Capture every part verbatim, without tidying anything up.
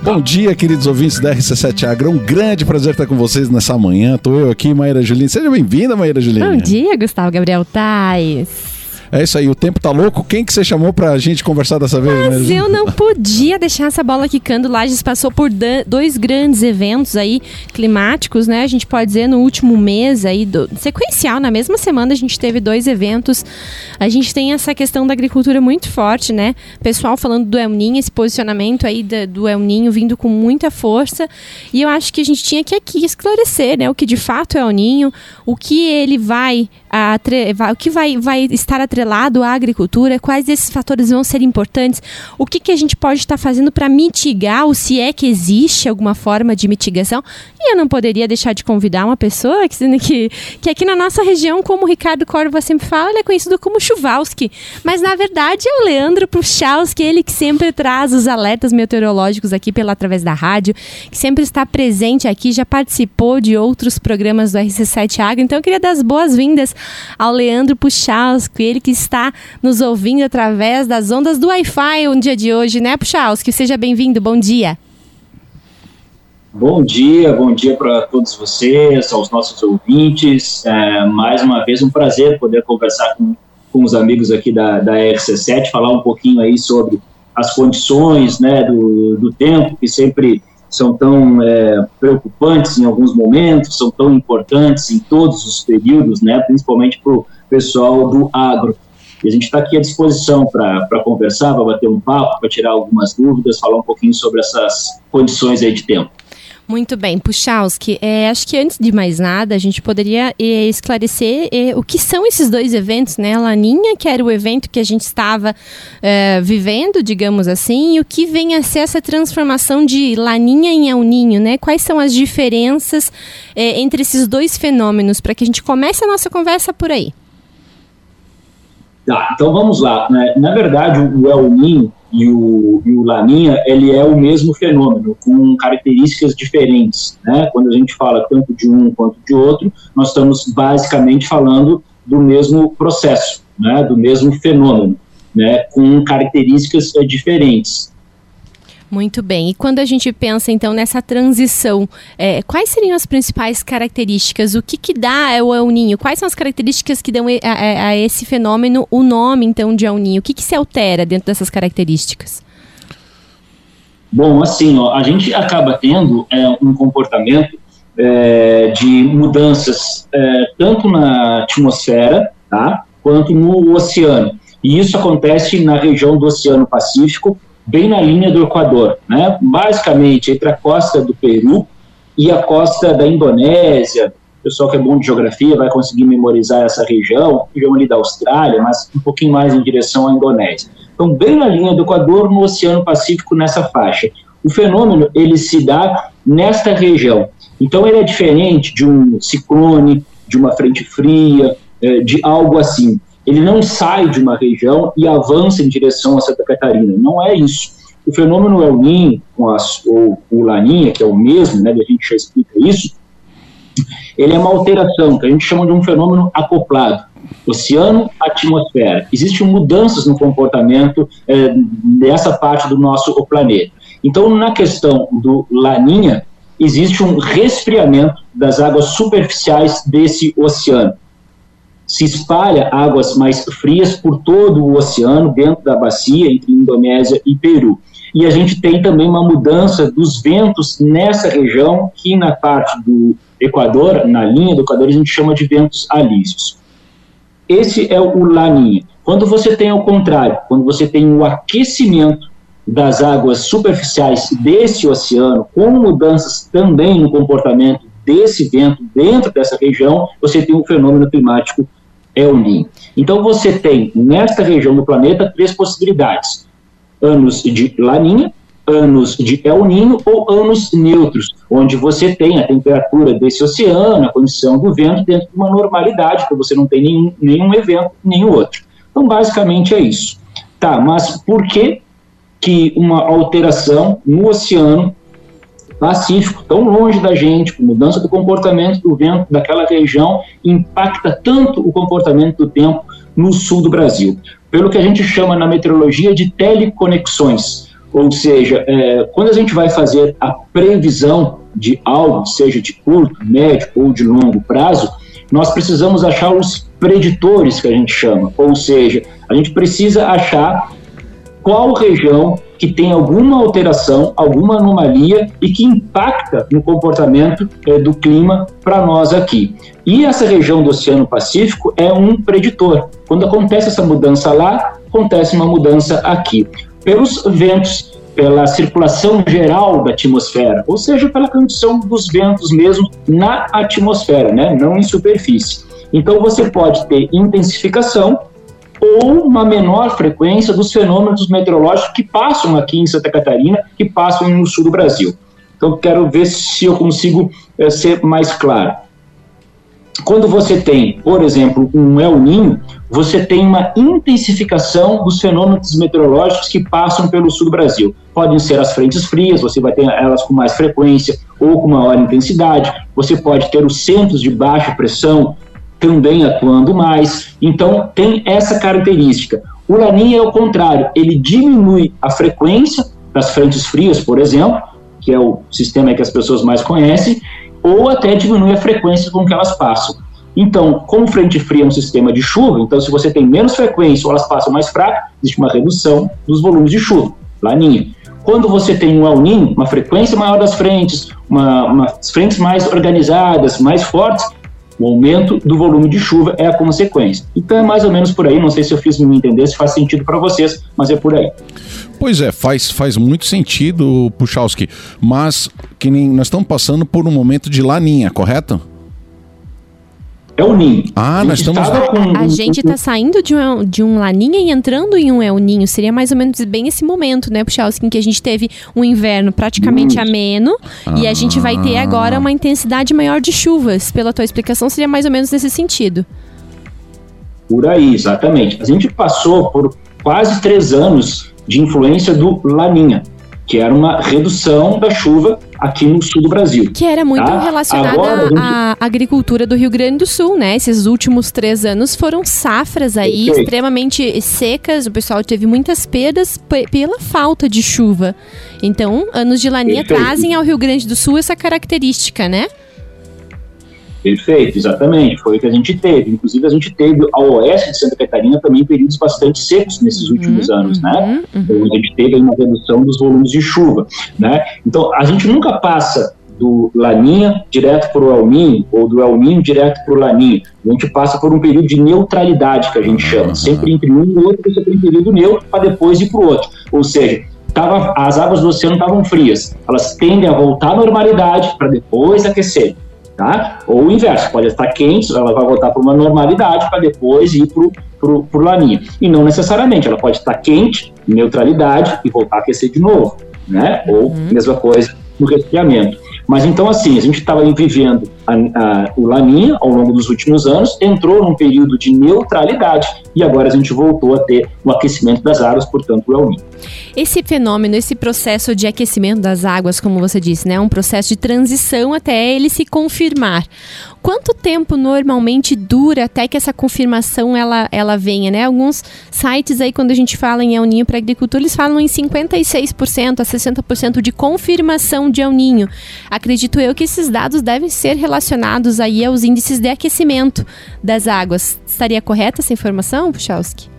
Bom dia, queridos ouvintes da R C sete Agro. É um grande prazer estar com vocês nessa manhã. Estou eu aqui, Maíra Juline. Seja bem-vinda, Maíra Juline. Bom dia, Gustavo Gabriel Tais. É isso aí, o tempo tá louco. Quem que você chamou pra gente conversar dessa vez? Mas Maíra? Eu não podia deixar essa bola quicando. Lages passou por dois grandes eventos aí climáticos, né? A gente pode dizer no último mês aí, do, sequencial, na mesma semana a gente teve dois eventos. A gente tem essa questão da agricultura muito forte, né? Pessoal falando do El Niño, esse posicionamento aí do, do El Niño vindo com muita força. E eu acho que a gente tinha que aqui esclarecer, né? O que de fato é o El Niño, o que ele vai... A, o que vai, vai estar atrelado à agricultura, quais desses fatores vão ser importantes, o que, que a gente pode estar fazendo para mitigar, ou se é que existe alguma forma de mitigação. E eu não poderia deixar de convidar uma pessoa que, que, que aqui na nossa região, como o Ricardo Córdoba sempre fala, ele é conhecido como Chuvalski, mas na verdade é o Leandro Puchalski, ele que sempre traz os alertas meteorológicos aqui pela, através da rádio, que sempre está presente aqui, já participou de outros programas do R C sete Agro, então eu queria dar as boas-vindas ao Leandro Puchalski, ele que está nos ouvindo através das ondas do Wi-Fi no dia de hoje, né, Puchalski? Seja bem-vindo, bom dia. Bom dia, bom dia para todos vocês, aos nossos ouvintes. É, mais uma vez um prazer poder conversar com, com os amigos aqui da, da R C sete, falar um pouquinho aí sobre as condições, né, do, do tempo, que sempre são tão é, preocupantes em alguns momentos, são tão importantes em todos os períodos, né, principalmente para o pessoal do agro. E a gente está aqui à disposição para conversar, para bater um papo, para tirar algumas dúvidas, falar um pouquinho sobre essas condições aí de tempo. Muito bem, Puchalski, é, acho que antes de mais nada a gente poderia é, esclarecer é, o que são esses dois eventos, né? Laninha, que era o evento que a gente estava é, vivendo, digamos assim, e o que vem a ser essa transformação de Laninha em El Niño, né? Quais são as diferenças é, entre esses dois fenômenos, para que a gente comece a nossa conversa por aí? Tá, então vamos lá. Na verdade, o El Niño e o, e o Laninha, ele é o mesmo fenômeno, com características diferentes, né? Quando a gente fala tanto de um quanto de outro, nós estamos basicamente falando do mesmo processo, né? Do mesmo fenômeno, né? Com características é, diferentes. Muito bem. E quando a gente pensa, então, nessa transição, é, quais seriam as principais características? O que que dá o El Niño? Quais são as características que dão a, a, a esse fenômeno o nome, então, de El Niño? O que que se altera dentro dessas características? Bom, assim, ó, a gente acaba tendo é, um comportamento é, de mudanças é, tanto na atmosfera, tá, quanto no oceano. E isso acontece na região do Oceano Pacífico, bem na linha do Equador, né? Basicamente entre a costa do Peru e a costa da Indonésia. O pessoal que é bom de geografia vai conseguir memorizar essa região, região ali da Austrália, mas um pouquinho mais em direção à Indonésia. Então, bem na linha do Equador, no Oceano Pacífico, nessa faixa. O fenômeno, ele se dá nesta região. Então, ele é diferente de um ciclone, de uma frente fria, de algo assim. Ele não sai de uma região e avança em direção a Santa Catarina. Não é isso. O fenômeno El Niño, com as, ou o Laninha, que é o mesmo, né, a gente já explica isso, ele é uma alteração, que a gente chama de um fenômeno acoplado. Oceano-atmosfera. Existem mudanças no comportamento é, dessa parte do nosso planeta. Então, na questão do Laninha, existe um resfriamento das águas superficiais desse oceano. Se espalha águas mais frias por todo o oceano, dentro da bacia, entre Indonésia e Peru. E a gente tem também uma mudança dos ventos nessa região, que na parte do Equador, na linha do Equador, a gente chama de ventos alísios. Esse é o Laninha. Quando você tem ao contrário, quando você tem o aquecimento das águas superficiais desse oceano, com mudanças também no comportamento desse vento dentro dessa região, você tem um fenômeno climático El Niño. Então você tem, nesta região do planeta, três possibilidades: anos de Laninha, anos de El Niño ou anos neutros, onde você tem a temperatura desse oceano, a condição do vento dentro de uma normalidade, porque você não tem nenhum, nenhum evento, nenhum outro. Então basicamente é isso. Tá, mas por que que uma alteração no oceano Pacífico, tão longe da gente, com mudança do comportamento do vento daquela região, impacta tanto o comportamento do tempo no sul do Brasil? Pelo que a gente chama na meteorologia de teleconexões, Ou seja, é, quando a gente vai fazer a previsão de algo, seja de curto, médio ou de longo prazo, nós precisamos achar os preditores, que a gente chama. Ou seja, a gente precisa achar qual região que tem alguma alteração, alguma anomalia e que impacta no comportamento é, do clima para nós aqui. E essa região do Oceano Pacífico é um preditor. Quando acontece essa mudança lá, acontece uma mudança aqui. Pelos ventos, pela circulação geral da atmosfera, ou seja, pela condição dos ventos mesmo na atmosfera, né? Não em superfície. Então você pode ter intensificação ou uma menor frequência dos fenômenos meteorológicos que passam aqui em Santa Catarina, que passam no sul do Brasil. Então quero ver se eu consigo é, ser mais claro. Quando você tem, por exemplo, um El Niño, você tem uma intensificação dos fenômenos meteorológicos que passam pelo sul do Brasil. Podem ser as frentes frias, você vai ter elas com mais frequência ou com maior intensidade. Você pode ter os centros de baixa pressão também atuando mais. Então, tem essa característica. O Laninha é o contrário, ele diminui a frequência das frentes frias, por exemplo, que é o sistema que as pessoas mais conhecem, ou até diminui a frequência com que elas passam. Então, como frente fria é um sistema de chuva, então se você tem menos frequência ou elas passam mais fraco, existe uma redução dos volumes de chuva, Laninha. Quando você tem um El Niño, uma frequência maior das frentes, uma, uma frentes mais organizadas, mais fortes, o aumento do volume de chuva é a consequência. Então é mais ou menos por aí, não sei se eu fiz me entender, se faz sentido para vocês, mas é por aí. Pois é, faz, faz muito sentido, Puchalski, mas que nem nós estamos passando por um momento de Laninha, correto? É o Ninho. Ah, nós estamos... Com... A, a gente está saindo de um, de um Laninha e entrando em um El Niño. Seria mais ou menos bem esse momento, né, Puchalski, em que a gente teve um inverno praticamente ameno ah. e a gente vai ter agora uma intensidade maior de chuvas. Pela tua explicação, seria mais ou menos nesse sentido. Por aí, exatamente. A gente passou por quase três anos de influência do Laninha, que era uma redução da chuva aqui no sul do Brasil. Que era muito tá? relacionada Agora, gente... à agricultura do Rio Grande do Sul, né? Esses últimos três anos foram safras aí Perfeito. extremamente secas, o pessoal teve muitas perdas p- pela falta de chuva. Então, anos de Laninha Perfeito. trazem ao Rio Grande do Sul essa característica, né? Perfeito, exatamente, foi o que a gente teve. Inclusive, a gente teve ao oeste de Santa Catarina também períodos bastante secos nesses últimos uhum, anos, né? Uhum, uhum. Então, a gente teve uma redução dos volumes de chuva, né? Então, a gente nunca passa do Laninha direto para o El Niño, ou do El Niño direto para o Laninha. A gente passa por um período de neutralidade, que a gente chama. Sempre entre um e outro, você tem um período neutro para depois ir para o outro. Ou seja, tava, as águas do oceano estavam frias. Elas tendem a voltar à normalidade para depois aquecer. Tá? Ou o inverso, pode estar quente, ela vai voltar para uma normalidade para depois ir para o Laninha. E não necessariamente, ela pode estar quente, neutralidade e voltar a aquecer de novo, né? Ou uhum. mesma coisa no resfriamento. Mas então assim, a gente estava vivendo a, a, o Laninha ao longo dos últimos anos, entrou num período de neutralidade e agora a gente voltou a ter o aquecimento das águas, portanto o El Niño. Esse fenômeno, esse processo de aquecimento das águas, como você disse, né, é um processo de transição até ele se confirmar. Quanto tempo normalmente dura até que essa confirmação ela, ela venha, né? Alguns sites aí, quando a gente fala em El Niño para agricultura, eles falam em cinquenta e seis por cento a sessenta por cento de confirmação de El Niño. Acredito eu que esses dados devem ser relacionados aí aos índices de aquecimento das águas. Estaria correta essa informação, Puchalski?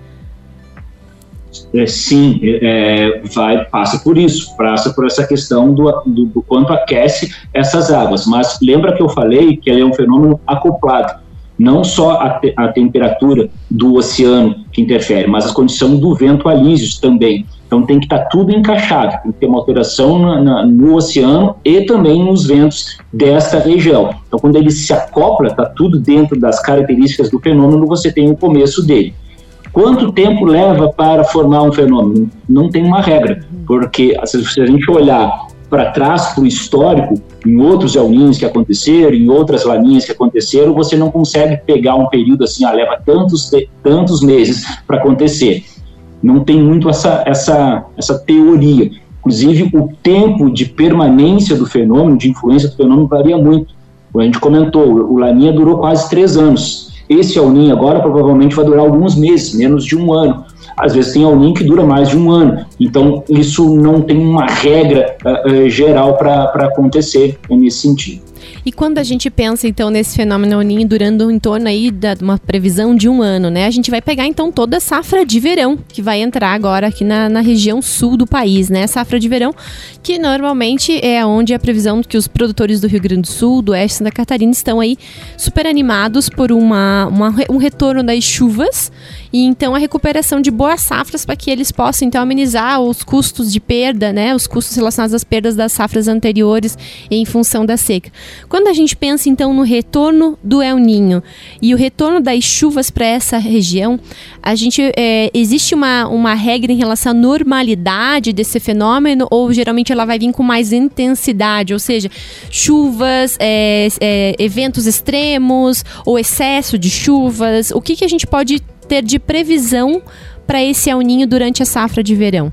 É, sim, é, vai, passa por isso, passa por essa questão do, do, do quanto aquece essas águas. Mas lembra que eu falei que ele é um fenômeno acoplado, não só a, te, a temperatura do oceano que interfere, mas a condição do vento alísios também. Então tem que estar tudo encaixado, tem que ter uma alteração na, na, no oceano e também nos ventos desta região. Então quando ele se acopla, está tudo dentro das características do fenômeno, você tem o começo dele. Quanto tempo leva para formar um fenômeno? Não tem uma regra, porque se a gente olhar para trás, para o histórico, em outros El Niños que aconteceram, em outras Laninhas que aconteceram, você não consegue pegar um período assim, ah, leva tantos, tantos meses para acontecer. Não tem muito essa, essa, essa teoria. Inclusive, o tempo de permanência do fenômeno, de influência do fenômeno, varia muito. Como a gente comentou, o Laninha durou quase três anos. Esse El Niño agora provavelmente vai durar alguns meses, menos de um ano. Às vezes tem El Niño que dura mais de um ano. Então, isso não tem uma regra uh, uh, geral para acontecer nesse sentido. E quando a gente pensa, então, nesse fenômeno El Niño durando em torno aí de uma previsão de um ano, né? A gente vai pegar, então, toda a safra de verão, que vai entrar agora aqui na, na região sul do país, né? A safra de verão, que normalmente é onde a previsão que os produtores do Rio Grande do Sul, do Oeste e Santa Catarina estão aí super animados por uma, uma, um retorno das chuvas e, então, a recuperação de boas safras para que eles possam, então, amenizar os custos de perda, né? Os custos relacionados às perdas das safras anteriores em função da seca. Quando a gente pensa, então, no retorno do El Niño e o retorno das chuvas para essa região, a gente, é, existe uma, uma regra em relação à normalidade desse fenômeno ou geralmente ela vai vir com mais intensidade, ou seja, chuvas, é, é, eventos extremos ou excesso de chuvas? O que, que a gente pode ter de previsão para esse El Niño durante a safra de verão?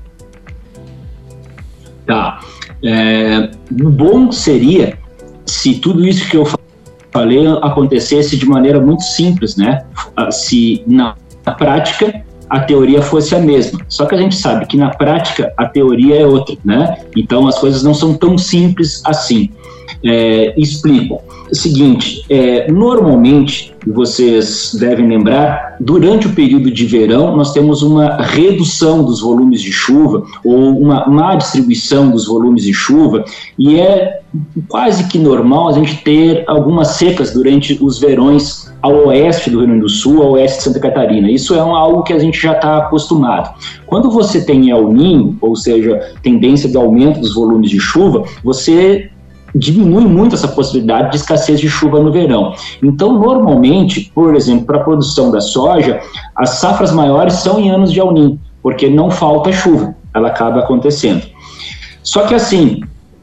Tá. É, o bom seria se tudo isso que eu falei acontecesse de maneira muito simples, né? Se na prática a teoria fosse a mesma. Só que a gente sabe que na prática a teoria é outra, né? Então as coisas não são tão simples assim. É, explico. O seguinte, é, normalmente, vocês devem lembrar, durante o período de verão nós temos uma redução dos volumes de chuva ou uma má distribuição dos volumes de chuva e é quase que normal a gente ter algumas secas durante os verões ao oeste do Rio Grande do Sul, ao oeste de Santa Catarina. Isso é algo que a gente já está acostumado. Quando você tem El Niño, ou seja, tendência de aumento dos volumes de chuva, você diminui muito essa possibilidade de escassez de chuva no verão. Então, normalmente, por exemplo, para a produção da soja, as safras maiores são em anos de El Niño, porque não falta chuva, ela acaba acontecendo. Só que assim,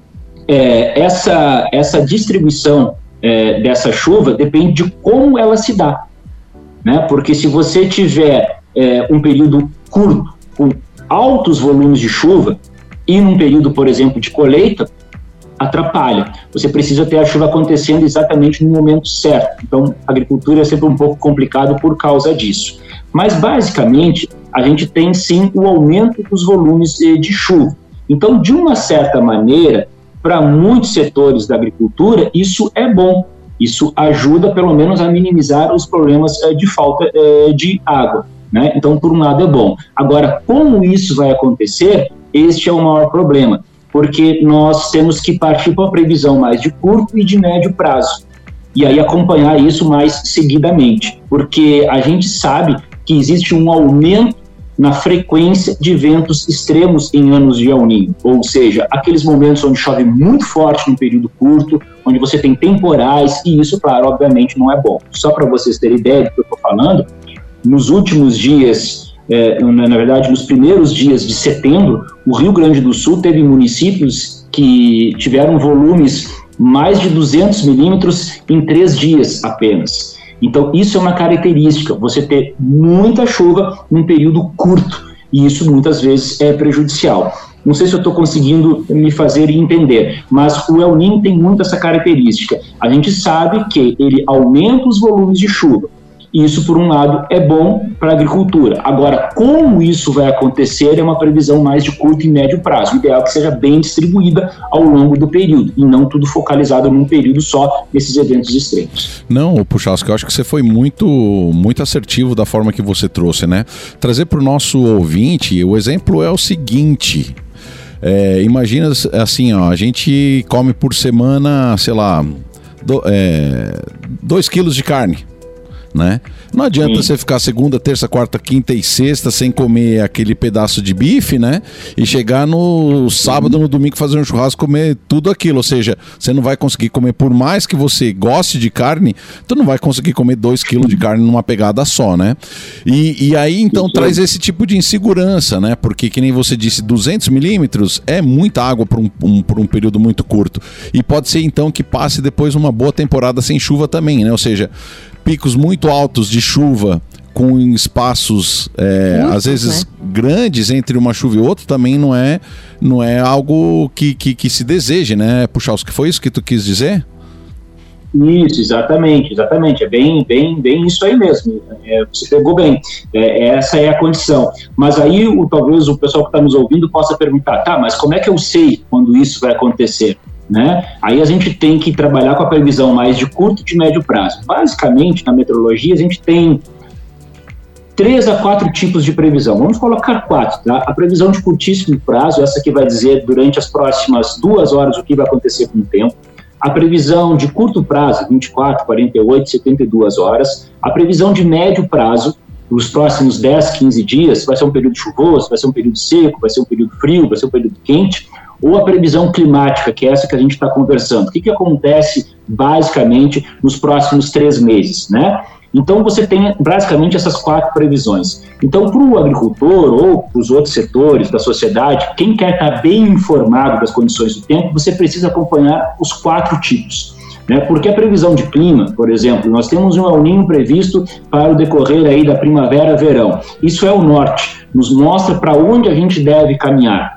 é, essa, essa distribuição é, dessa chuva depende de como ela se dá, né? Porque se você tiver é, um período curto, com altos volumes de chuva, e num período, por exemplo, de colheita, atrapalha. Você precisa ter a chuva acontecendo exatamente no momento certo. Então, a agricultura é sempre um pouco complicado por causa disso. Mas, basicamente, a gente tem, sim, o aumento dos volumes de chuva. Então, de uma certa maneira, para muitos setores da agricultura, isso é bom. Isso ajuda, pelo menos, a minimizar os problemas de falta de água, né? Então, por um lado, é bom. Agora, como isso vai acontecer, este é o maior problema, porque nós temos que partir para uma previsão mais de curto e de médio prazo, e aí acompanhar isso mais seguidamente, porque a gente sabe que existe um aumento na frequência de eventos extremos em anos de El Niño, ou seja, aqueles momentos onde chove muito forte num período curto, onde você tem temporais, e isso, claro, obviamente não é bom. Só para vocês terem ideia do que eu estou falando, nos últimos dias, É, na, na verdade, nos primeiros dias de setembro, o Rio Grande do Sul teve municípios que tiveram volumes mais de duzentos milímetros em três dias apenas. Então, isso é uma característica, você ter muita chuva num período curto, e isso muitas vezes é prejudicial. Não sei se eu estou conseguindo me fazer entender, mas o El Niño tem muito essa característica. A gente sabe que ele aumenta os volumes de chuva. Isso, por um lado, é bom para a agricultura. Agora, como isso vai acontecer é uma previsão mais de curto e médio prazo. O ideal é que seja bem distribuída ao longo do período e não tudo focalizado num período só, nesses eventos extremos. Não, Puchalski, eu acho que você foi muito, muito assertivo da forma que você trouxe, né? Trazer para o nosso ouvinte, o exemplo é o seguinte... É, imagina assim, ó, a gente come por semana, sei lá, do, é, dois quilos de carne, né? Não adianta Sim. você ficar segunda, terça, quarta, quinta e sexta sem comer aquele pedaço de bife, né? E chegar no sábado, no domingo, fazer um churrasco, comer tudo aquilo. Ou seja, você não vai conseguir comer, por mais que você goste de carne, tu não vai conseguir comer dois quilos de carne numa pegada só, né? E, e aí, então, Isso. traz esse tipo de insegurança, né? Porque, que nem você disse, duzentos milímetros é muita água por um, um, por um período muito curto. E pode ser, então, que passe depois uma boa temporada sem chuva também, né? Ou seja, picos muito altos de chuva com espaços é, Muitos, às vezes né? grandes entre uma chuva e outra também não é, não é algo que, que, que se deseje, né? Puchalski, que foi isso que tu quis dizer? Isso, exatamente, exatamente, é bem, bem, bem isso aí mesmo, é, você pegou bem, é, essa é a condição. Mas aí o, talvez o pessoal que está nos ouvindo possa perguntar, tá, mas como é que eu sei quando isso vai acontecer? Né? Aí a gente tem que trabalhar com a previsão mais de curto e de médio prazo. Basicamente, na meteorologia, a gente tem três a quatro tipos de previsão. Vamos colocar quatro, tá? A previsão de curtíssimo prazo, essa que vai dizer durante as próximas duas horas o que vai acontecer com o tempo. A previsão de curto prazo, vinte e quatro, quarenta e oito, setenta e duas horas. A previsão de médio prazo, nos próximos dez, quinze dias, vai ser um período chuvoso, vai ser um período seco, vai ser um período frio, vai ser um período quente. Ou a previsão climática, que é essa que a gente está conversando. O que, que acontece, basicamente, nos próximos três meses, né? Então, você tem, basicamente, essas quatro previsões. Então, para o agricultor ou para os outros setores da sociedade, quem quer estar bem informado das condições do tempo, você precisa acompanhar os quatro tipos. Né? Porque a previsão de clima, por exemplo, nós temos um El Niño previsto para o decorrer aí da primavera-verão. Isso é o norte, nos mostra para onde a gente deve caminhar.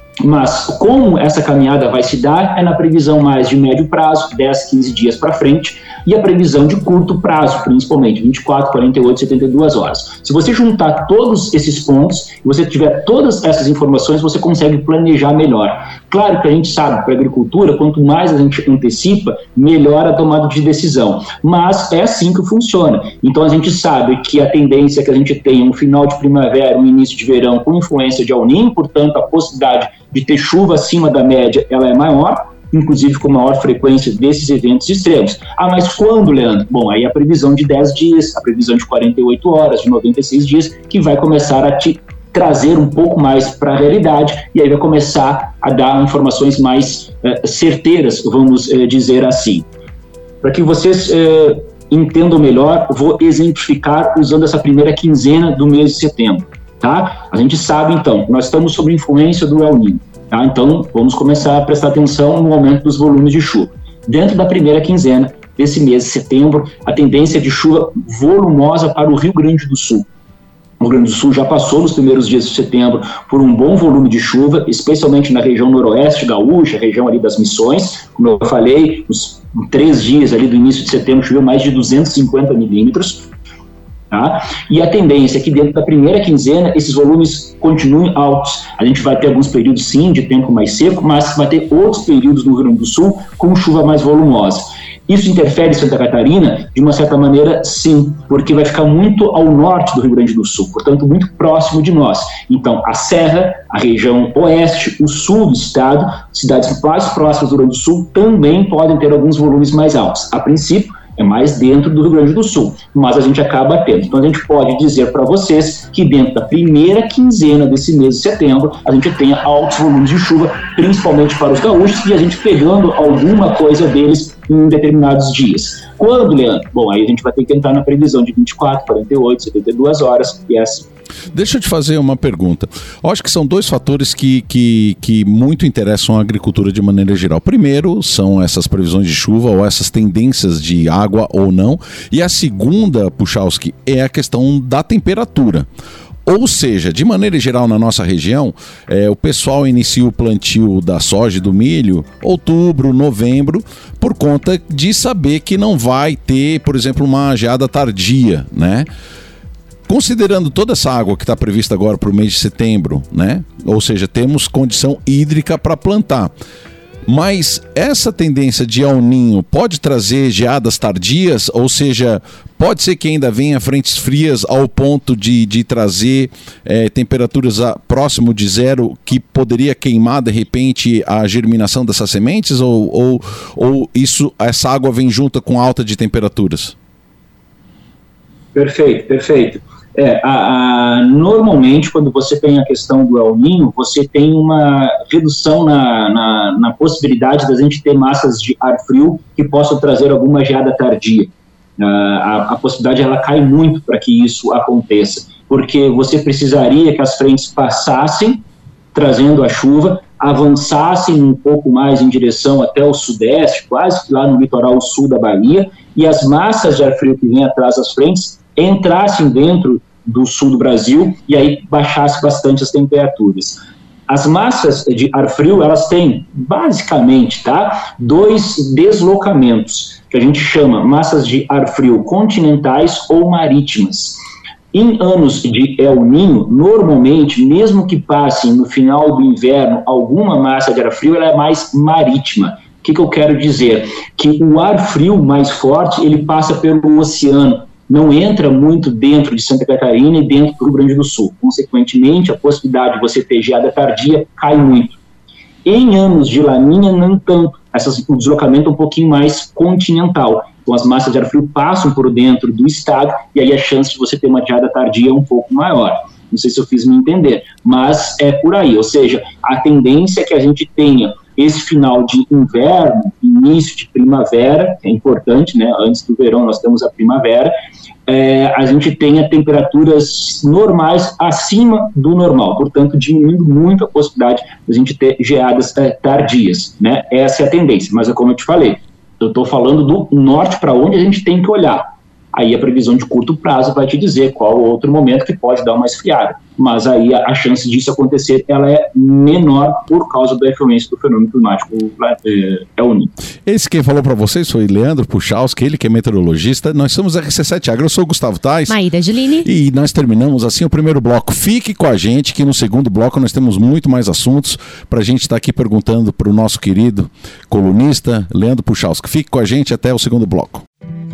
Mas como essa caminhada vai se dar é na previsão mais de médio prazo, dez, quinze dias para frente, e a previsão de curto prazo, principalmente vinte e quatro, quarenta e oito, setenta e duas horas. Se você juntar todos esses pontos e você tiver todas essas informações, você consegue planejar melhor. Claro que a gente sabe, para a agricultura, quanto mais a gente antecipa, melhor a tomada de decisão. Mas é assim que funciona. Então a gente sabe que a tendência é que a gente tenha um final de primavera, um início de verão com influência de El Niño, portanto a possibilidade de ter chuva acima da média, ela é maior, inclusive com maior frequência desses eventos extremos. Ah, mas quando, Leandro? Bom, aí a previsão de dez dias, a previsão de quarenta e oito horas, de noventa e seis dias, que vai começar a te trazer um pouco mais para a realidade, e aí vai começar a dar informações mais eh, certeiras, vamos eh, dizer assim. Para que vocês eh, entendam melhor, vou exemplificar usando essa primeira quinzena do mês de setembro. Tá? A gente sabe, então, nós estamos sob influência do El Niño. Tá? Então, vamos começar a prestar atenção no aumento dos volumes de chuva. Dentro da primeira quinzena desse mês de setembro, a tendência de chuva volumosa para o Rio Grande do Sul. O Rio Grande do Sul já passou nos primeiros dias de setembro por um bom volume de chuva, especialmente na região noroeste gaúcha, região ali das Missões. Como eu falei, nos três dias ali do início de setembro choveu mais de duzentos e cinquenta milímetros. Tá? E a tendência é que dentro da primeira quinzena esses volumes continuem altos. A gente vai ter alguns períodos sim de tempo mais seco, mas vai ter outros períodos no Rio Grande do Sul com chuva mais volumosa. Isso interfere em Santa Catarina? De uma certa maneira, sim, porque vai ficar muito ao norte do Rio Grande do Sul, portanto muito próximo de nós. Então a Serra, a região oeste, o sul do estado, cidades mais próximas do Rio Grande do Sul também podem ter alguns volumes mais altos. A princípio, é mais dentro do Rio Grande do Sul, mas a gente acaba tendo. Então a gente pode dizer para vocês que dentro da primeira quinzena desse mês de setembro, a gente tenha altos volumes de chuva, principalmente para os gaúchos, e a gente pegando alguma coisa deles em determinados dias. Quando, Leandro? Bom, aí a gente vai ter que entrar na previsão de vinte e quatro, quarenta e oito, setenta e duas horas, e é assim. Deixa eu te fazer uma pergunta. Eu acho que são dois fatores que, que, que muito interessam a agricultura de maneira geral. Primeiro, são essas previsões de chuva ou essas tendências de água ou não. E a segunda, Puchalski, é a questão da temperatura. Ou seja, de maneira geral na nossa região, é, o pessoal inicia o plantio da soja e do milho outubro, novembro, por conta de saber que não vai ter, por exemplo, uma geada tardia, né? Considerando toda essa água que está prevista agora para o mês de setembro, né? Ou seja, temos condição hídrica para plantar. Mas essa tendência de El Niño pode trazer geadas tardias, ou seja, pode ser que ainda venha frentes frias ao ponto de, de trazer é, temperaturas a, próximo de zero, que poderia queimar de repente a germinação dessas sementes, ou, ou, ou isso, essa água vem junto com alta de temperaturas? Perfeito, perfeito. É, a, a, normalmente, quando você tem a questão do El Niño, você tem uma redução na, na, na possibilidade da gente ter massas de ar frio que possam trazer alguma geada tardia. Uh, a, a possibilidade ela cai muito para que isso aconteça, porque você precisaria que as frentes passassem, trazendo a chuva, avançassem um pouco mais em direção até o sudeste, quase que lá no litoral sul da Bahia, e as massas de ar frio que vêm atrás das frentes entrassem dentro do sul do Brasil e aí baixasse bastante as temperaturas. as massas de ar frio, elas têm, basicamente, tá, dois deslocamentos, que a gente chama massas de ar frio continentais ou marítimas. Em anos de El Niño, normalmente, mesmo que passem no final do inverno alguma massa de ar frio, ela é mais marítima. O que, que eu quero dizer? Que o ar frio mais forte, ele passa pelo oceano, não entra muito dentro de Santa Catarina e dentro do Rio Grande do Sul. Consequentemente, a possibilidade de você ter geada tardia cai muito. Em anos de Laninha, não tanto. Essas, o deslocamento é um pouquinho mais continental. Então, as massas de ar frio passam por dentro do estado e aí a chance de você ter uma geada tardia é um pouco maior. Não sei se eu fiz me entender, mas é por aí. Ou seja, a tendência é que a gente tenha esse final de inverno, início de primavera, que é importante, né? Antes do verão nós temos a primavera, é, a gente tenha temperaturas normais acima do normal, portanto diminuindo muito a possibilidade de a gente ter geadas é, tardias, né? Essa é a tendência, mas é como eu te falei, eu estou falando do norte para onde a gente tem que olhar. Aí a previsão de curto prazo vai te dizer qual outro momento que pode dar uma esfriada. Mas aí a, a chance disso acontecer, ela é menor por causa da influência do fenômeno climático é, El Niño. Esse quem falou para vocês foi Leandro Puchalski, ele que é meteorologista. Nós somos R C sete Agro, eu sou o Gustavo Tais. Maíra Juline. E nós terminamos assim o primeiro bloco. Fique com a gente que no segundo bloco nós temos muito mais assuntos para a gente estar tá aqui perguntando para o nosso querido colunista Leandro Puchalski. Fique com a gente até o segundo bloco.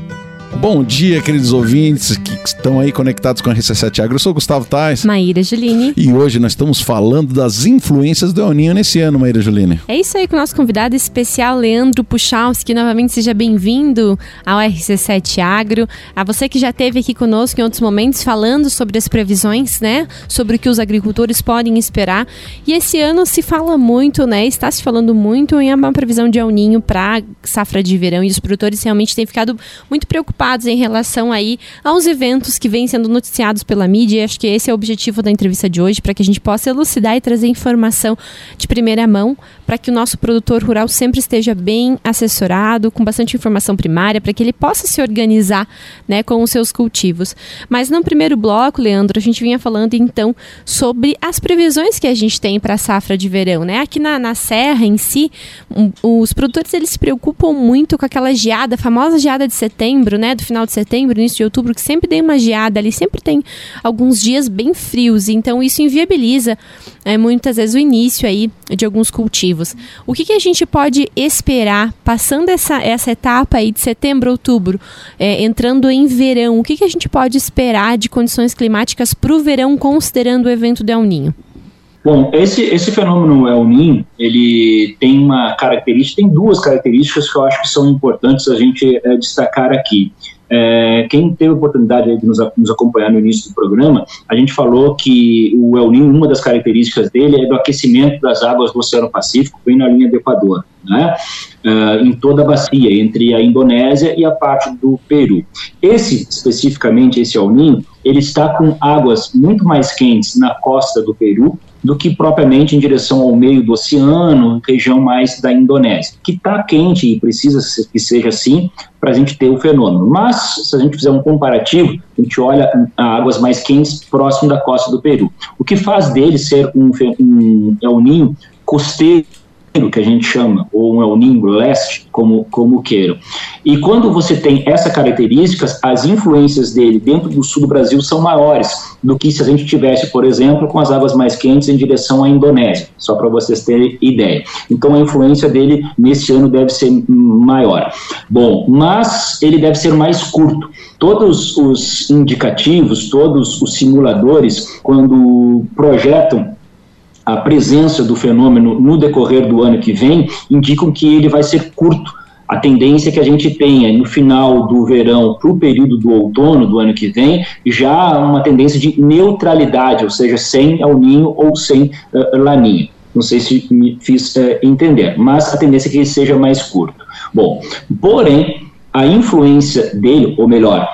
Bom dia, queridos ouvintes que estão aí conectados com a R C sete Agro. Eu sou o Gustavo Tais. Maíra Juline. E hoje nós estamos falando das influências do El Niño nesse ano, Maíra Juline. É isso aí com o nosso convidado especial, Leandro Puchalski. Novamente, seja bem-vindo ao R C sete Agro. A você que já esteve aqui conosco em outros momentos falando sobre as previsões, né? Sobre o que os agricultores podem esperar. E esse ano se fala muito, né? Está se falando muito em uma previsão de El Niño para safra de verão. E os produtores realmente têm ficado muito preocupados em relação aí aos eventos que vêm sendo noticiados pela mídia. E acho que esse é o objetivo da entrevista de hoje, para que a gente possa elucidar e trazer informação de primeira mão, para que o nosso produtor rural sempre esteja bem assessorado, com bastante informação primária, para que ele possa se organizar, né, com os seus cultivos. Mas no primeiro bloco, Leandro, a gente vinha falando então sobre as previsões que a gente tem para a safra de verão, né? Aqui na, na Serra em si, um, os produtores eles se preocupam muito com aquela geada, a famosa geada de setembro, né? Do final de setembro, início de outubro, que sempre tem uma geada ali, sempre tem alguns dias bem frios, então isso inviabiliza é, muitas vezes o início aí de alguns cultivos. O que, que a gente pode esperar, passando essa, essa etapa aí de setembro, outubro, é, entrando em verão, o que, que a gente pode esperar de condições climáticas para o verão, considerando o evento do El Niño? Bom, esse, esse fenômeno El Niño, ele tem uma característica, tem duas características que eu acho que são importantes a gente é, destacar aqui. É, quem teve a oportunidade de nos, nos acompanhar no início do programa, a gente falou que o El Niño, uma das características dele é do aquecimento das águas do Oceano Pacífico, bem na linha do Equador, né? Uh, em toda a bacia, entre a Indonésia e a parte do Peru. Esse, especificamente, esse El Niño, ele está com águas muito mais quentes na costa do Peru do que propriamente em direção ao meio do oceano, região mais da Indonésia, que está quente e precisa que seja assim para a gente ter o fenômeno. Mas, se a gente fizer um comparativo, a gente olha a águas mais quentes próximo da costa do Peru. O que faz dele ser um, um El Niño costeiro, que a gente chama, ou um El Niño leste, como, como queiram. E quando você tem essa característica, as influências dele dentro do sul do Brasil são maiores do que se a gente tivesse, por exemplo, com as águas mais quentes em direção à Indonésia, só para vocês terem ideia. Então a influência dele nesse ano deve ser maior. Bom, mas ele deve ser mais curto. Todos os indicativos, todos os simuladores, quando projetam a presença do fenômeno no decorrer do ano que vem, indicam que ele vai ser curto. A tendência é que a gente tenha, no final do verão para o período do outono do ano que vem, já uma tendência de neutralidade, ou seja, sem El Niño ou sem uh, Laninha. Não sei se me fiz uh, entender, mas a tendência é que ele seja mais curto. Bom, porém, a influência dele, ou melhor,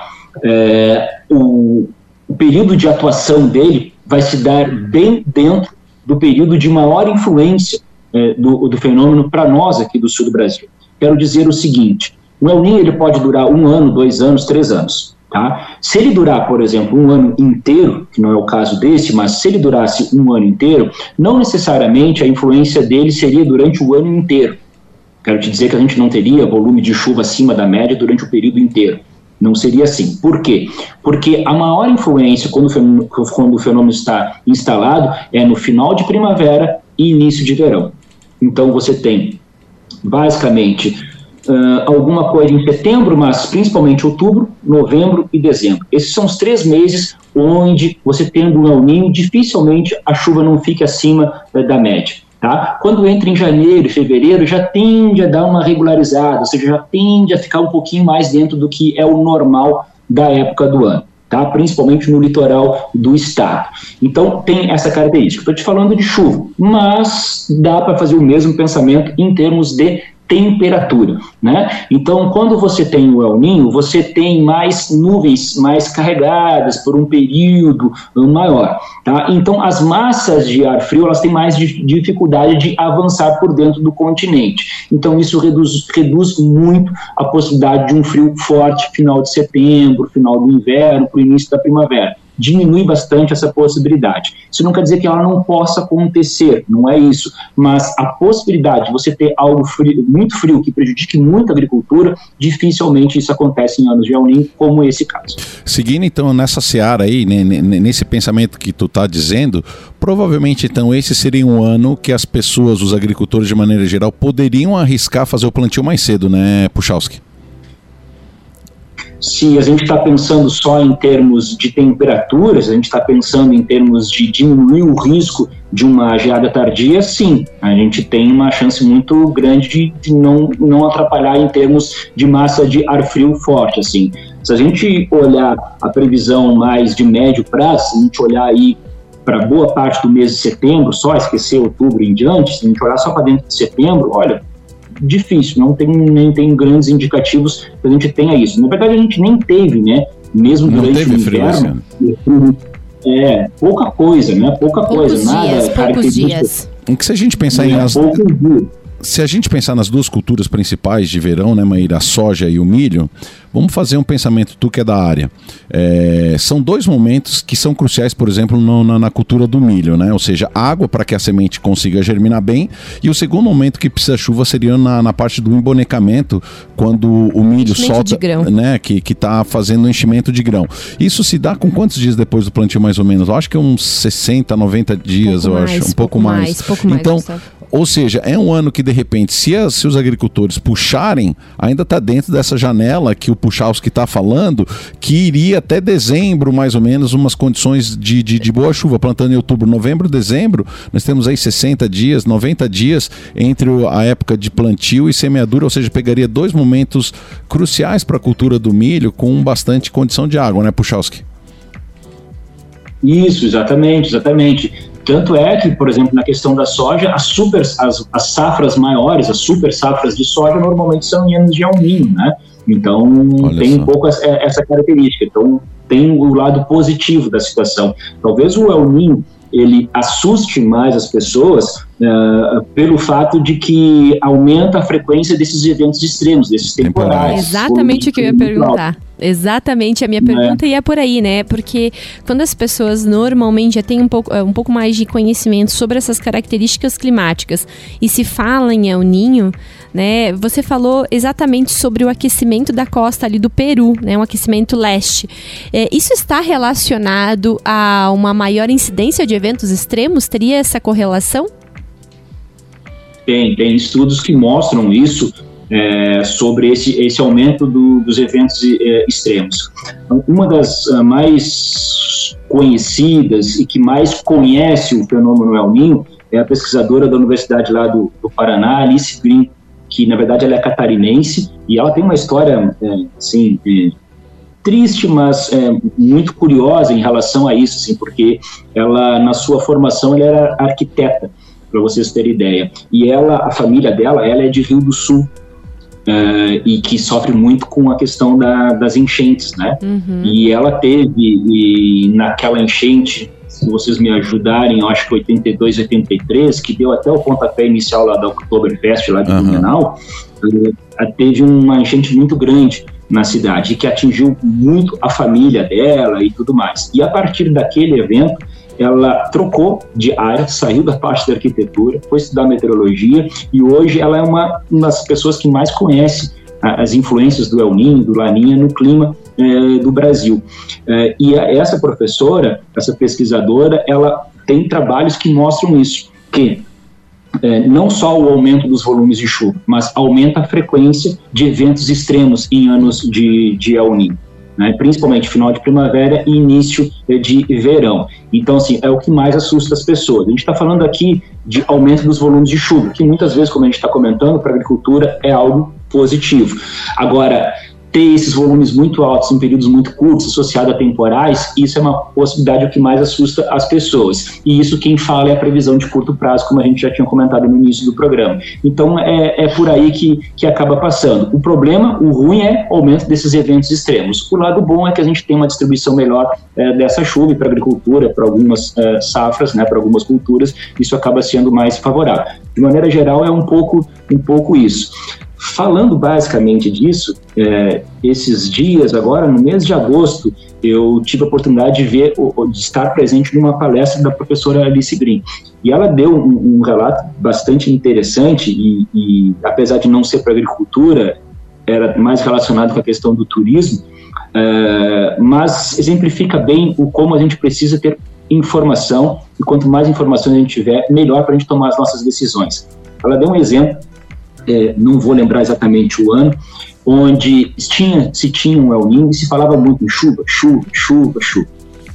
uh, o, o período de atuação dele vai se dar bem dentro do período de maior influência eh, do, do fenômeno para nós aqui do sul do Brasil. Quero dizer o seguinte, o El Niño ele pode durar um ano, dois anos, três anos. Tá? Se ele durar, por exemplo, um ano inteiro, que não é o caso desse, mas se ele durasse um ano inteiro, não necessariamente a influência dele seria durante o ano inteiro. Quero te dizer que a gente não teria volume de chuva acima da média durante o período inteiro. Não seria assim. Por quê? Porque a maior influência quando o fenômeno, quando o fenômeno está instalado é no final de primavera e início de verão. Então você tem, basicamente, Uh, alguma coisa em setembro, mas principalmente outubro, novembro e dezembro. Esses são os três meses onde você tendo um El Niño, dificilmente a chuva não fica acima uh, da média. Tá? Quando entra em janeiro e fevereiro, já tende a dar uma regularizada, ou seja, já tende a ficar um pouquinho mais dentro do que é o normal da época do ano. Tá? Principalmente no litoral do estado. Então, tem essa característica. Estou te falando de chuva, mas dá para fazer o mesmo pensamento em termos de temperatura, né? Então, quando você tem o El Niño, você tem mais nuvens mais carregadas por um período maior, tá? Então, as massas de ar frio, elas têm mais dificuldade de avançar por dentro do continente. Então, isso reduz, reduz muito a possibilidade de um frio forte final de setembro, final do inverno, para o início da primavera. Diminui bastante essa possibilidade. Isso não quer dizer que ela não possa acontecer, não é isso, mas a possibilidade de você ter algo frio, muito frio que prejudique muito a agricultura, dificilmente isso acontece em anos de El Niño, como esse caso. Seguindo então nessa seara aí, nesse pensamento que tu está dizendo, provavelmente então esse seria um ano que as pessoas, os agricultores de maneira geral, poderiam arriscar fazer o plantio mais cedo, né, Puchalski? Se a gente está pensando só em termos de temperaturas, a gente está pensando em termos de diminuir o risco de uma geada tardia, sim, a gente tem uma chance muito grande de, de não, não atrapalhar em termos de massa de ar frio forte, assim. Se a gente olhar a previsão mais de médio prazo, se a gente olhar aí para boa parte do mês de setembro, só esquecer outubro em diante, se a gente olhar só para dentro de setembro, olha, difícil, não tem, nem tem grandes indicativos que a gente tenha isso. Na verdade, a gente nem teve, né? Mesmo não durante o inverno. Frio, é, pouca coisa, né? Pouca poucos coisa, nada. Dias, poucos dias. Em que se a gente pensar é, em as... poucos dias. Se a gente pensar nas duas culturas principais de verão, né, Maíra, a soja e o milho, vamos fazer um pensamento, tu que é da área. É, são dois momentos que são cruciais, por exemplo, no, na, na cultura do milho, né? Ou seja, água para que a semente consiga germinar bem, e o segundo momento que precisa chuva seria na, na parte do embonecamento, quando o milho enchimento solta, de grão. né, que que está fazendo o enchimento de grão. Isso se dá com quantos dias depois do plantio, mais ou menos? Eu acho que é uns sessenta, noventa dias, pouco eu mais, acho, um pouco pouco mais. mais pouco mais, então, Gustavo. ou seja, é um ano que de repente, se, as, se os agricultores puxarem, ainda está dentro dessa janela que o Puchalski está falando, que iria até dezembro, mais ou menos, umas condições de, de, de boa chuva, plantando em outubro, novembro, dezembro, nós temos aí sessenta dias, noventa dias entre a época de plantio e semeadura, ou seja, pegaria dois momentos cruciais para a cultura do milho com bastante condição de água, né, Puchalski? Isso, exatamente, exatamente. Tanto é que, por exemplo, na questão da soja, as, super, as, as safras maiores, as super safras de soja, normalmente são em anos de El Niño, né? Então, Olha tem só. um pouco essa, essa característica. Então, tem o lado positivo da situação. Talvez o El Niño, ele assuste mais as pessoas uh, pelo fato de que aumenta a frequência desses eventos extremos, desses temporais. Exatamente o que eu ia perguntar. Exatamente, a minha pergunta é. ia por aí, né? Porque quando as pessoas normalmente já têm um pouco, um pouco mais de conhecimento sobre essas características climáticas e se fala em El Niño, né? Você falou exatamente sobre o aquecimento da costa ali do Peru, né? Um aquecimento leste. É, isso está relacionado a uma maior incidência de eventos extremos? Teria essa correlação? Tem, tem estudos que mostram isso. É, sobre esse, esse aumento do, dos eventos é, extremos. Então, uma das uh, mais conhecidas e que mais conhece o fenômeno El Niño é a pesquisadora da Universidade lá do, do Paraná, Alice Green, que na verdade ela é catarinense e ela tem uma história é, assim, é, triste, mas é, muito curiosa em relação a isso, assim, porque ela, na sua formação, ela era arquiteta, para vocês terem ideia. E ela, a família dela, ela é de Rio do Sul, Uh, e que sofre muito com a questão da, das enchentes, né? Uhum. E ela teve, e naquela enchente, se vocês me ajudarem, eu acho que oitenta e dois, oitenta e três, que deu até o pontapé inicial lá da Oktoberfest, lá de uhum. Blumenau, uh, teve uma enchente muito grande. na cidade, que atingiu muito a família dela e tudo mais. E a partir daquele evento, ela trocou de área, saiu da parte da arquitetura, foi estudar meteorologia e hoje ela é uma, uma das pessoas que mais conhece as influências do El Niño, do Laninha no clima eh, do Brasil. Eh, e a, essa professora, essa pesquisadora, ela tem trabalhos que mostram isso, que eh, não só o aumento dos volumes de chuva, mas aumenta a frequência de eventos extremos em anos de, de El Niño, né? Principalmente final de primavera e início de verão. Então, assim, é o que mais assusta as pessoas. A gente está falando aqui de aumento dos volumes de chuva, que muitas vezes, como a gente está comentando, para a agricultura é algo positivo. Agora, ter esses volumes muito altos em períodos muito curtos, associado a temporais, isso é uma possibilidade o que mais assusta as pessoas. E isso quem fala é a previsão de curto prazo, como a gente já tinha comentado no início do programa. Então é, é por aí que, que acaba passando. O problema, o ruim é o aumento desses eventos extremos. O lado bom é que a gente tem uma distribuição melhor é, dessa chuva para a agricultura, para algumas é, safras, né, para algumas culturas, isso acaba sendo mais favorável. De maneira geral, é um pouco, um pouco isso. Falando basicamente disso, é, esses dias, agora no mês de agosto, eu tive a oportunidade de ver, de estar presente numa palestra da professora Alice Green. E ela deu um, um relato bastante interessante e, e, apesar de não ser para agricultura, era mais relacionado com a questão do turismo, é, mas exemplifica bem o como a gente precisa ter informação, e quanto mais informação a gente tiver, melhor para a gente tomar as nossas decisões. Ela deu um exemplo, É, não vou lembrar exatamente o ano, onde tinha, se tinha um El Niño e se falava muito em chuva, chuva, chuva, chuva.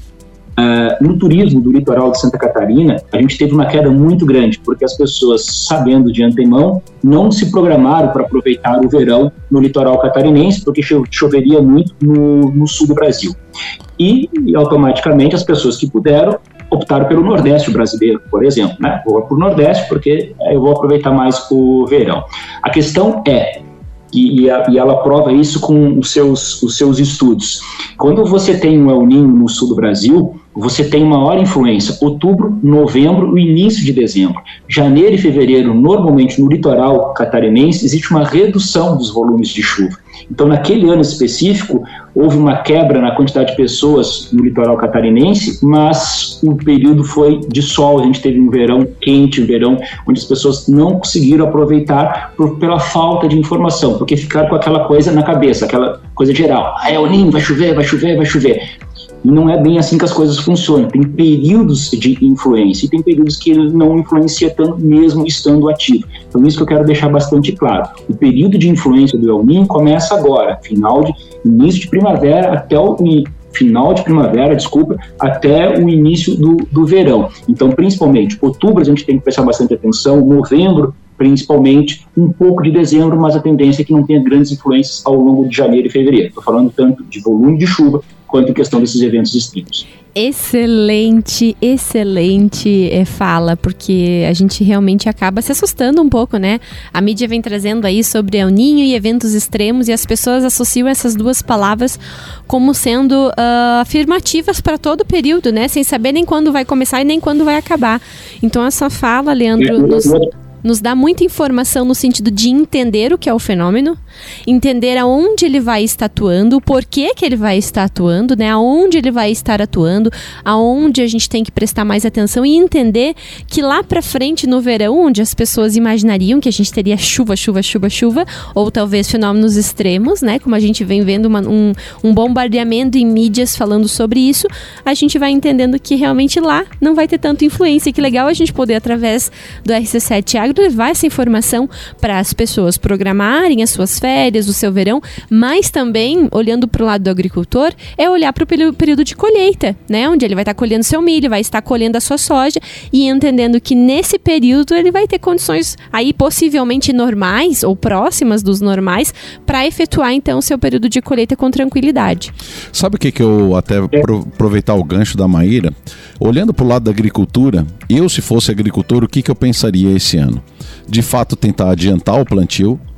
Uh, no turismo do litoral de Santa Catarina, a gente teve uma queda muito grande, porque as pessoas, sabendo de antemão, não se programaram para aproveitar o verão no litoral catarinense, porque cho- choveria muito no, no sul do Brasil. E, e, automaticamente, as pessoas que puderam optaram pelo Nordeste brasileiro, por exemplo, né? Vou para o Nordeste porque eu vou aproveitar mais o verão. A questão é, e, e, a, e ela prova isso com os seus, os seus estudos, quando você tem um El Niño no sul do Brasil, você tem maior influência, outubro, novembro e início de dezembro. Janeiro e fevereiro, normalmente no litoral catarinense, existe uma redução dos volumes de chuva. Então, naquele ano específico, houve uma quebra na quantidade de pessoas no litoral catarinense, mas o período foi de sol, a gente teve um verão quente, um verão onde as pessoas não conseguiram aproveitar por, pela falta de informação, porque ficaram com aquela coisa na cabeça, aquela coisa geral. Ah, é o Ninho, vai chover, vai chover, vai chover. E não é bem assim que as coisas funcionam. Tem períodos de influência e tem períodos que ele não influencia tanto mesmo estando ativo. Então isso que eu quero deixar bastante claro. O período de influência do El Niño começa agora, final de, início de primavera até o final de primavera, desculpa, até o início do, do verão. Então, principalmente, outubro a gente tem que prestar bastante atenção, novembro, principalmente, um pouco de dezembro, mas a tendência é que não tenha grandes influências ao longo de janeiro e fevereiro. Estou falando tanto de volume de chuva, quanto em questão desses eventos extremos. Excelente, excelente é, fala, porque a gente realmente acaba se assustando um pouco, né? A mídia vem trazendo aí sobre El Niño e eventos extremos e as pessoas associam essas duas palavras como sendo uh, afirmativas para todo o período, né? Sem saber nem quando vai começar e nem quando vai acabar. Então essa fala, Leandro, nos... nos dá muita informação no sentido de entender o que é o fenômeno, entender aonde ele vai estar atuando, o porquê que ele vai estar atuando, né? Aonde ele vai estar atuando, aonde a gente tem que prestar mais atenção e entender que lá pra frente no verão, onde as pessoas imaginariam que a gente teria chuva, chuva, chuva, chuva, ou talvez fenômenos extremos, né? Como a gente vem vendo uma, um, um bombardeamento em mídias falando sobre isso, a gente vai entendendo que realmente lá não vai ter tanta influência. Que legal a gente poder, através do R C sete Agro, levar essa informação para as pessoas programarem as suas férias, o seu verão, mas também, olhando para o lado do agricultor, é olhar para o período de colheita, né? Onde ele vai estar colhendo seu milho, vai estar colhendo a sua soja e entendendo que nesse período ele vai ter condições aí possivelmente normais ou próximas dos normais para efetuar então o seu período de colheita com tranquilidade. Sabe o que que eu até pro, aproveitar o gancho da Maíra? Olhando para o lado da agricultura, eu se fosse agricultor, o que que eu pensaria esse ano? De fato, tentar adiantar o plantio,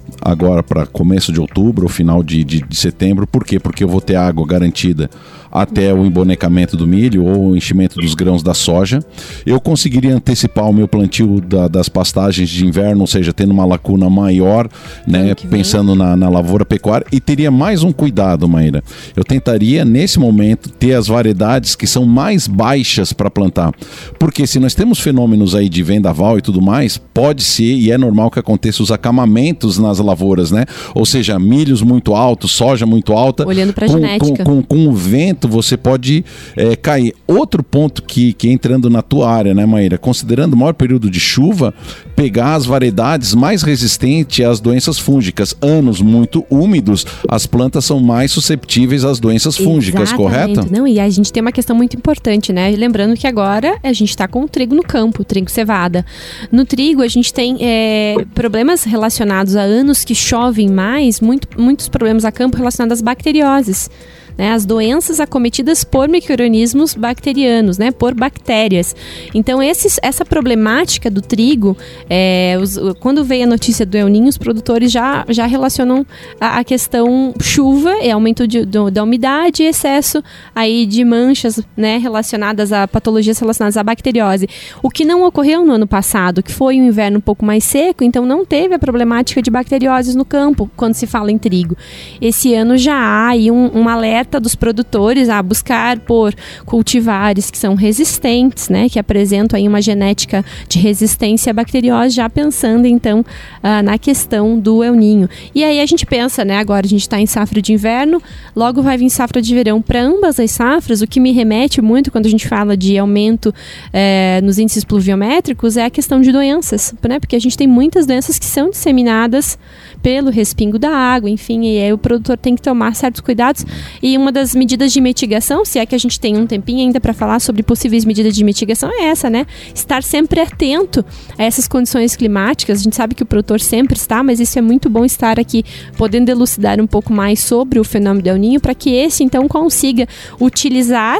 agora para começo de outubro ou final de, de, de setembro. Por quê? Porque eu vou ter água garantida até o embonecamento do milho ou o enchimento dos grãos da soja. Eu conseguiria antecipar o meu plantio da, das pastagens de inverno, ou seja, tendo uma lacuna maior, né, pensando na, na lavoura pecuária, e teria mais um cuidado, Maíra. Eu tentaria, nesse momento, ter as variedades que são mais baixas para plantar. Porque se nós temos fenômenos aí de vendaval e tudo mais, pode ser, e é normal que aconteça os acamamentos nas lavouras, né? Ou seja, milhos muito altos, soja muito alta. Olhando para a Com, genética. com, com o vento, você pode é, cair. Outro ponto que, que entrando na tua área, né, Maíra, considerando o maior período de chuva, pegar as variedades mais resistentes às doenças fúngicas. Anos muito úmidos, as plantas são mais susceptíveis às doenças fúngicas, Exatamente. Correto? Não, e a gente tem uma questão muito importante, né? Lembrando que agora a gente está com o trigo no campo, trigo cevada. No trigo a gente tem é, problemas relacionados a anos que chovem mais, muito, muitos problemas a campo relacionados às bacterioses. Né, as doenças acometidas por micro-organismos bacterianos, né, por bactérias. Então, esses, essa problemática do trigo, é, os, quando veio a notícia do El Niño, os produtores já, já relacionam a, a questão chuva, e aumento de, do, da umidade e excesso aí de manchas, né, relacionadas a patologias relacionadas à bacteriose. O que não ocorreu no ano passado, que foi um inverno um pouco mais seco, então não teve a problemática de bacterioses no campo, quando se fala em trigo. Esse ano já há aí um, um alerta dos produtores a buscar por cultivares que são resistentes, né, que apresentam aí uma genética de resistência à bacteriose, já pensando então uh, na questão do El Niño. E aí a gente pensa, né, agora a gente está em safra de inverno, logo vai vir safra de verão. Para ambas as safras, o que me remete muito quando a gente fala de aumento eh, nos índices pluviométricos é a questão de doenças, né, porque a gente tem muitas doenças que são disseminadas pelo respingo da água, enfim, e aí o produtor tem que tomar certos cuidados. E uma das medidas de mitigação, se é que a gente tem um tempinho ainda para falar sobre possíveis medidas de mitigação, é essa, né? Estar sempre atento a essas condições climáticas. A gente sabe que o produtor sempre está, mas isso é muito bom estar aqui podendo elucidar um pouco mais sobre o fenômeno do El Niño, para que esse, então, consiga utilizar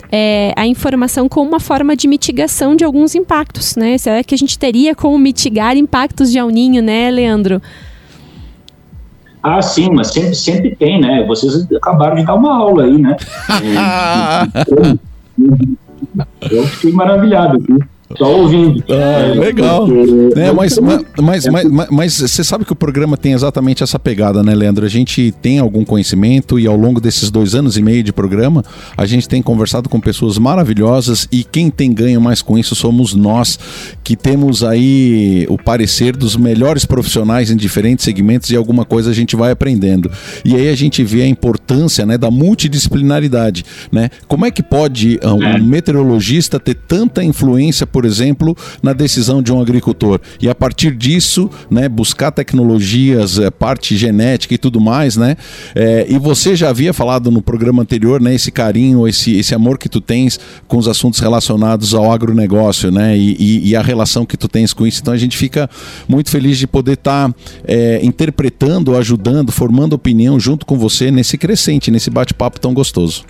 É, a informação como uma forma de mitigação de alguns impactos, né? Será que a gente teria como mitigar impactos de El Niño, né, Leandro? Ah, sim, mas sempre, sempre tem, né? Vocês acabaram de dar uma aula aí, né? eu, eu fiquei maravilhado aqui. Só ouvindo. Ah, legal. É, mas, mas, mas, mas, mas você sabe que o programa tem exatamente essa pegada, né, Leandro? A gente tem algum conhecimento e ao longo desses dois anos e meio de programa, a gente tem conversado com pessoas maravilhosas e quem tem ganho mais com isso somos nós, que temos aí o parecer dos melhores profissionais em diferentes segmentos e alguma coisa a gente vai aprendendo. E aí a gente vê a importância, né, da multidisciplinaridade, né? Como é que pode um, um meteorologista ter tanta influência, por exemplo, na decisão de um agricultor e a partir disso, né, buscar tecnologias, é, parte genética e tudo mais, né? É, e você já havia falado no programa anterior, né, esse carinho, esse, esse amor que tu tens com os assuntos relacionados ao agronegócio, né, e, e, e a relação que tu tens com isso. Então a gente fica muito feliz de poder estar tá, é, interpretando, ajudando, formando opinião junto com você nesse crescente, nesse bate-papo tão gostoso.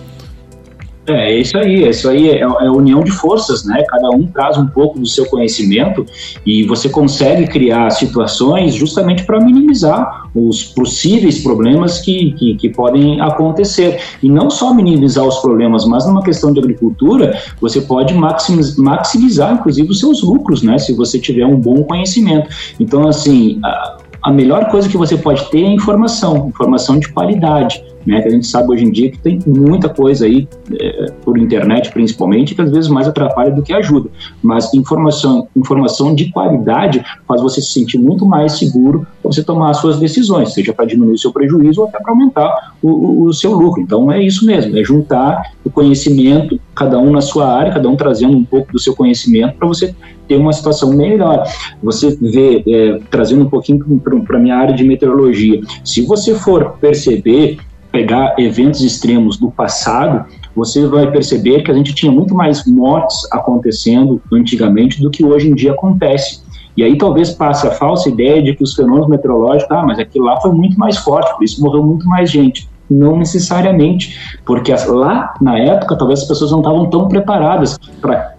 É, é isso aí, isso aí é, é união de forças, né? Cada um traz um pouco do seu conhecimento e você consegue criar situações justamente para minimizar os possíveis problemas que, que, que podem acontecer. E não só minimizar os problemas, mas numa questão de agricultura, você pode maximizar, maximizar inclusive, os seus lucros, né? Se você tiver um bom conhecimento. Então, assim, a, a melhor coisa que você pode ter é informação, informação de qualidade. Né, que a gente sabe hoje em dia que tem muita coisa aí, é, por internet principalmente, que às vezes mais atrapalha do que ajuda, mas informação, informação de qualidade faz você se sentir muito mais seguro para você tomar as suas decisões, seja para diminuir o seu prejuízo ou até para aumentar o, o, o seu lucro. Então é isso mesmo, é juntar o conhecimento, cada um na sua área, cada um trazendo um pouco do seu conhecimento para você ter uma situação melhor. Você vê, é, trazendo um pouquinho para a minha área de meteorologia, se você for perceber, pegar eventos extremos do passado, você vai perceber que a gente tinha muito mais mortes acontecendo antigamente do que hoje em dia acontece. E aí talvez passe a falsa ideia de que os fenômenos meteorológicos, ah, mas aquilo lá foi muito mais forte, por isso morreu muito mais gente. Não necessariamente, porque lá na época talvez as pessoas não estavam tão preparadas para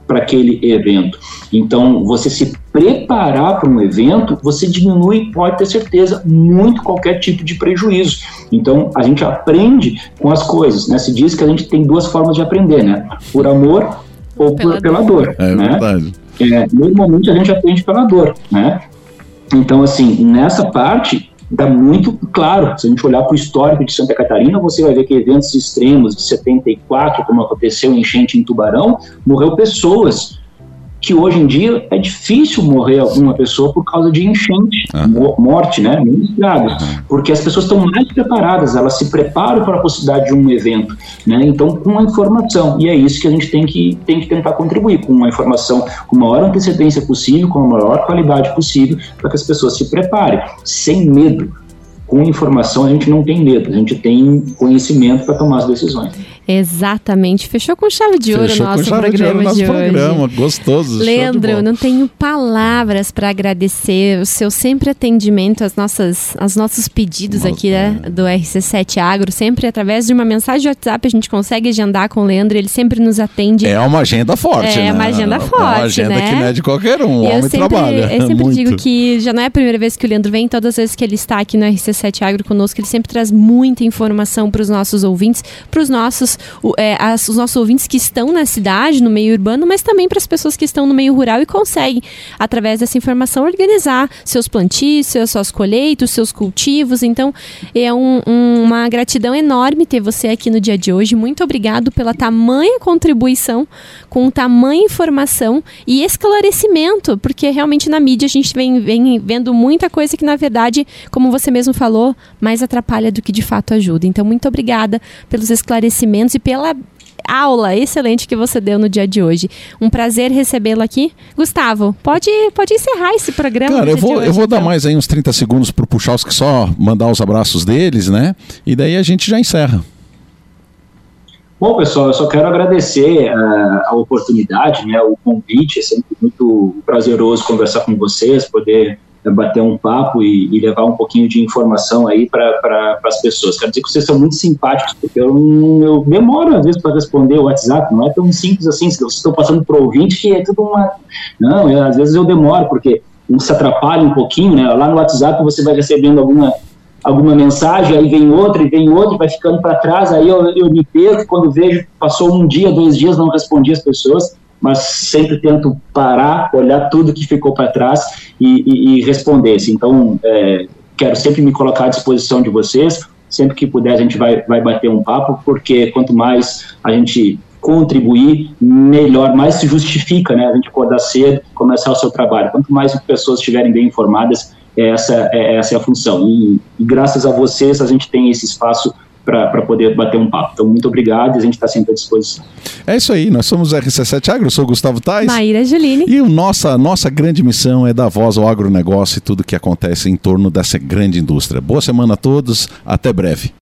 para aquele evento. Então, você se preparar para um evento, você diminui, pode ter certeza, muito qualquer tipo de prejuízo. Então, a gente aprende com as coisas, né? Se diz que a gente tem duas formas de aprender, né? Por amor ou pela, por, pela dor. É né? verdade. É, normalmente a gente aprende pela dor, né? Então, assim, nessa parte, dá muito claro, se a gente olhar para o histórico de Santa Catarina, você vai ver que eventos extremos de setenta e quatro, como aconteceu em enchente em Tubarão, morreu pessoas, que hoje em dia é difícil morrer alguma pessoa por causa de enchente, uhum. morte, né, menos grave, uhum. porque as pessoas estão mais preparadas, elas se preparam para a possibilidade de um evento, né, então com a informação, e é isso que a gente tem que, tem que tentar contribuir, com uma informação com a maior antecedência possível, com a maior qualidade possível, para que as pessoas se preparem, sem medo. Com informação a gente não tem medo, a gente tem conhecimento para tomar as decisões. Exatamente, fechou com chave de ouro o nosso chave programa de, ouro, de nosso hoje. Programa, gostoso. Leandro, não tenho palavras para agradecer o seu sempre atendimento às nossas, aos nossos pedidos Nossa, aqui né, do R C sete Agro, sempre através de uma mensagem de WhatsApp a gente consegue agendar com o Leandro, ele sempre nos atende. É uma agenda forte, é, né? É uma agenda forte, né? É uma agenda né? que não é de qualquer um, o homem sempre, trabalha. Eu sempre muito. digo que já não é a primeira vez que o Leandro vem, todas as vezes que ele está aqui no R C sete Agro conosco, ele sempre traz muita informação para os nossos ouvintes, para os nossos, é, as, os nossos ouvintes que estão na cidade, no meio urbano, mas também para as pessoas que estão no meio rural e conseguem, através dessa informação, organizar seus plantios, suas colheitas, seus cultivos. Então, é um, um, uma gratidão enorme ter você aqui no dia de hoje. Muito obrigado pela tamanha contribuição, com tamanha informação e esclarecimento, porque realmente na mídia a gente vem, vem vendo muita coisa que, na verdade, como você mesmo falou, mais atrapalha do que de fato ajuda. Então, muito obrigada pelos esclarecimentos e pela aula excelente que você deu no dia de hoje. Um prazer recebê-lo aqui. Gustavo, pode, pode encerrar esse programa. Cara, eu vou, hoje, eu vou então. dar mais aí uns trinta segundos pro Puchalski só mandar os abraços deles, né? E daí a gente já encerra. Bom, pessoal, eu só quero agradecer uh, a oportunidade, né, o convite. É sempre muito prazeroso conversar com vocês, poder bater um papo e, e levar um pouquinho de informação aí para pra, as pessoas. Quero dizer que vocês são muito simpáticos, porque eu, eu demoro às vezes para responder o WhatsApp, não é tão simples assim, se vocês estão passando para o ouvinte, que é tudo uma... Não, eu, às vezes eu demoro, porque se atrapalha um pouquinho, né? Lá no WhatsApp você vai recebendo alguma, alguma mensagem, aí vem outra, e vem outra, vai ficando para trás, aí eu, eu me perco, quando vejo, passou um dia, dois dias, não respondi as pessoas, mas sempre tento parar, olhar tudo que ficou para trás e, e, e responder. Então, é, quero sempre me colocar à disposição de vocês, sempre que puder a gente vai, vai bater um papo, porque quanto mais a gente contribuir, melhor, mais se justifica, né, a gente acordar cedo, começar o seu trabalho. Quanto mais pessoas estiverem bem informadas, essa, essa é a função. E, e graças a vocês a gente tem esse espaço para poder bater um papo. Então, muito obrigado e a gente está sempre à disposição. É isso aí, nós somos R C sete Agro, eu sou o Gustavo Tais. Maíra Juline. E a nossa, nossa grande missão é dar voz ao agronegócio e tudo que acontece em torno dessa grande indústria. Boa semana a todos, até breve.